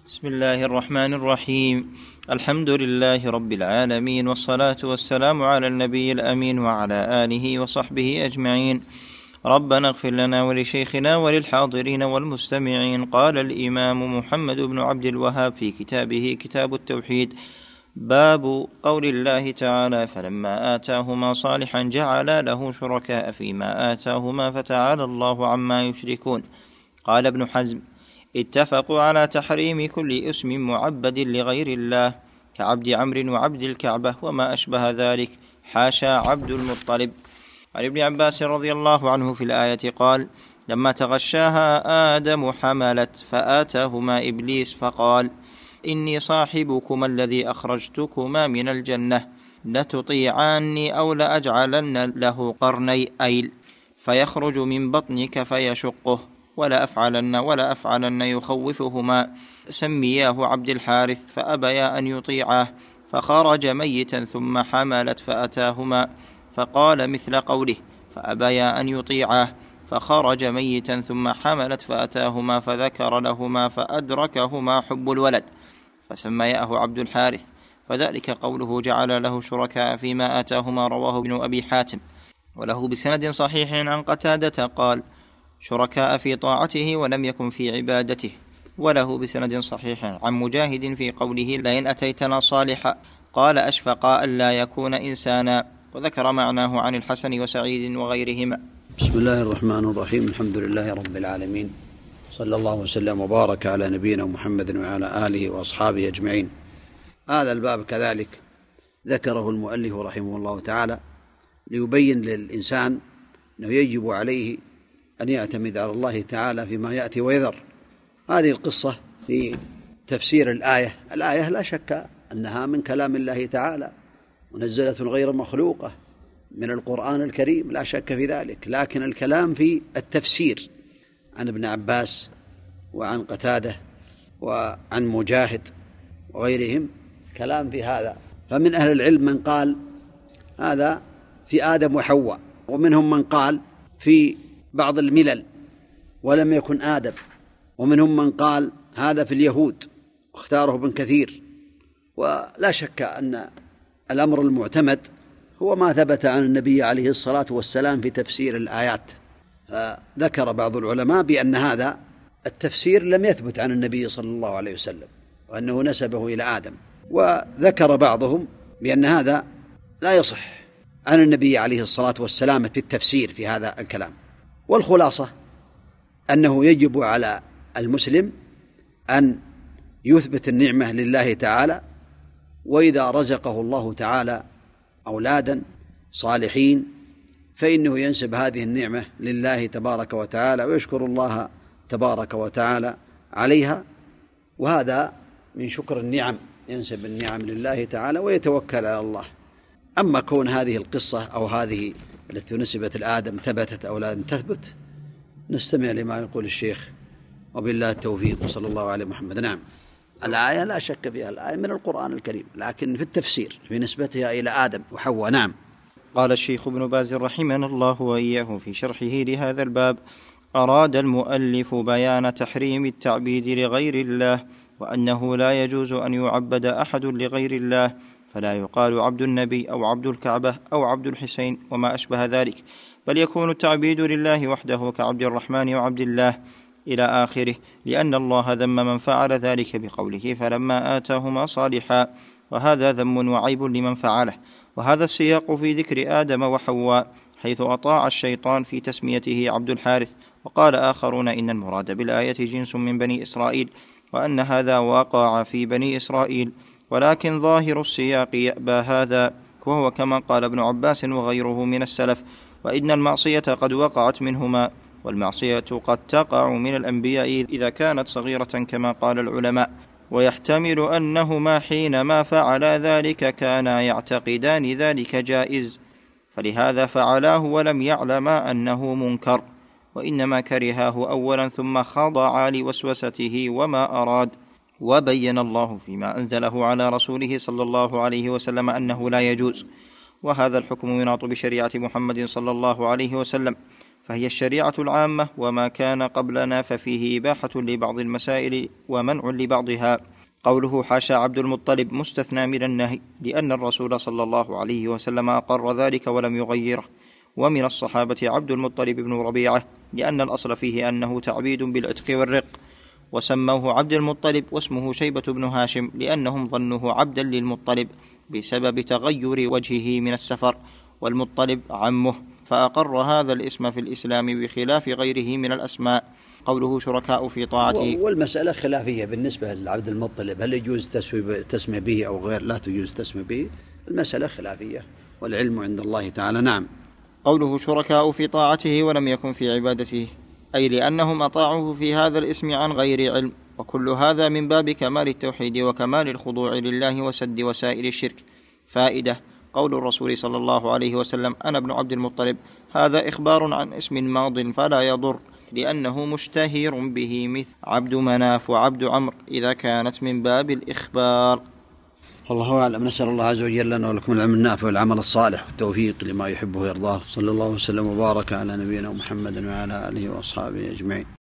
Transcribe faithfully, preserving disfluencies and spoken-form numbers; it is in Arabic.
بسم الله الرحمن الرحيم. الحمد لله رب العالمين، والصلاة والسلام على النبي الأمين وعلى آله وصحبه أجمعين. ربنا اغفر لنا ولشيخنا وللحاضرين والمستمعين. قال الإمام محمد بن عبد الوهاب في كتابه كتاب التوحيد: باب قول الله تعالى: فلما آتاهما صالحا جعلا له شركاء فيما آتاهما فتعالى الله عما يشركون. قال ابن حزم: اتفقوا على تحريم كل اسم معبد لغير الله كعبد عمرو وعبد الكعبة وما أشبه ذلك، حاشا عبد المطلب. عن ابن عباس رضي الله عنه في الآية قال: لما تغشاها آدم حملت فآتاهما إبليس فقال: إني صاحبكما الذي أخرجتكما من الجنة، لتطيعاني أو لأجعلن له قرني أيل فيخرج من بطنك فيشقه، ولا أفعلن ولا أفعلن يخوفهما. سمياه عبد الحارث فأبيا أن يطيعاه، فخرج ميتا ثم حملت فأتاهما فقال مثل قوله: فأبيا أن يطيعاه فخرج ميتا ثم حملت فأتاهما فذكر لهما فأدركهما حب الولد فسمياه عبد الحارث، فذلك قوله جعل له شركاء فيما آتاهما. رواه ابن أبي حاتم، وله بسند صحيح عن قتادة قال: شركاء في طاعته ولم يكن في عبادته. وله بسند صحيح عن مجاهد في قوله: لئن أتيتنا صالحا قال: أشفق ألا يكون إنسانا، وذكر معناه عن الحسن وسعيد وغيرهما. بسم الله الرحمن الرحيم. الحمد لله رب العالمين، صلى الله وسلم وبارك على نبينا محمد وعلى آله وأصحابه أجمعين. هذا الباب كذلك ذكره المؤلف رحمه الله تعالى ليبين للإنسان أنه يجب عليه أن يعتمد على الله تعالى فيما يأتي ويذر. هذه القصة في تفسير الآية. الآية لا شك أنها من كلام الله تعالى، منزلة غير مخلوقة من القرآن الكريم، لا شك في ذلك، لكن الكلام في التفسير عن ابن عباس وعن قتادة وعن مجاهد وغيرهم كلام في هذا. فمن أهل العلم من قال هذا في آدم وحواء، ومنهم من قال في بعض الملل ولم يكن آدم، ومنهم من قال هذا في اليهود، واختاره ابن كثير. ولا شك أن الأمر المعتمد هو ما ثبت عن النبي عليه الصلاة والسلام في تفسير الآيات. ذكر بعض العلماء بأن هذا التفسير لم يثبت عن النبي صلى الله عليه وسلم، وأنه نسبه إلى آدم. وذكر بعضهم بأن هذا لا يصح عن النبي عليه الصلاة والسلام في التفسير في هذا الكلام. والخلاصة أنه يجب على المسلم أن يثبت النعمة لله تعالى، وإذا رزقه الله تعالى أولادا صالحين فإنه ينسب هذه النعمة لله تبارك وتعالى ويشكر الله تبارك وتعالى عليها، وهذا من شكر النعم، ينسب النعم لله تعالى ويتوكل على الله. أما كون هذه القصة أو هذه التي نسبت الآدم ثبتت أو لم تثبت، نستمع لما يقول الشيخ، وبالله التوفيق، وصلى الله على محمد. نعم، الآية لا شك فيها، الآية من القرآن الكريم، لكن في التفسير في نسبتها إلى آدم وحواء. نعم. قال الشيخ ابن باز رحمنا الله وإياه في شرحه لهذا الباب: أراد المؤلف بيان تحريم التعبيد لغير الله، وأنه لا يجوز أن يعبد أحد لغير الله، فلا يقال عبد النبي أو عبد الكعبة أو عبد الحسين وما أشبه ذلك، بل يكون التعبيد لله وحده كعبد الرحمن وعبد الله إلى آخره، لأن الله ذم من فعل ذلك بقوله: فلما آتاهما صالحا، وهذا ذم وعيب لمن فعله. وهذا السياق في ذكر آدم وحواء، حيث أطاع الشيطان في تسميته عبد الحارث. وقال آخرون إن المراد بالآية جنس من بني إسرائيل، وأن هذا وقع في بني إسرائيل، ولكن ظاهر السياق يأبى هذا، وهو كما قال ابن عباس وغيره من السلف: وإن المعصية قد وقعت منهما، والمعصية قد تقع من الأنبياء إذا كانت صغيرة كما قال العلماء، ويحتمل أنهما حينما فعل ذلك كانا يعتقدان ذلك جائز، فلهذا فعلاه ولم يعلما أنه منكر، وإنما كرهاه أولا ثم خضع لوسوسته وما أراد. وبين الله فيما أنزله على رسوله صلى الله عليه وسلم أنه لا يجوز، وهذا الحكم يناط بشريعة محمد صلى الله عليه وسلم، فهي الشريعة العامة، وما كان قبلنا ففيه إباحة لبعض المسائل ومنع لبعضها. قوله حاشا عبد المطلب مستثنى من النهي، لأن الرسول صلى الله عليه وسلم أقر ذلك ولم يغيره. ومن الصحابة عبد المطلب بن ربيعة، لأن الأصل فيه أنه تعبيد بالعتق والرق، وسموه عبد المطلب واسمه شيبة بن هاشم، لأنهم ظنوه عبدا للمطلب بسبب تغير وجهه من السفر، والمطلب عمه، فأقر هذا الاسم في الإسلام بخلاف غيره من الأسماء. قوله شركاء في طاعته، والمسألة خلافية بالنسبة لعبد المطلب، هل يجوز تسمي به أو غير لا تجوز تسمي به؟ المسألة خلافية والعلم عند الله تعالى. نعم. قوله شركاء في طاعته ولم يكن في عبادته، أي لأنهم أطاعوه في هذا الاسم عن غير علم، وكل هذا من باب كمال التوحيد وكمال الخضوع لله وسد وسائل الشرك. فائدة: قول الرسول صلى الله عليه وسلم أنا ابن عبد المطلب، هذا إخبار عن اسم ماض فلا يضر، لأنه مشتهر به مثل عبد مناف وعبد عمرو إذا كانت من باب الإخبار. والله أعلم. نسأل الله عز وجل لنا ولكم العلم النافع والعمل الصالح والتوفيق لما يحبه ويرضاه. صلى الله وسلم وبارك على نبينا محمد وعلى آله وأصحابه أجمعين.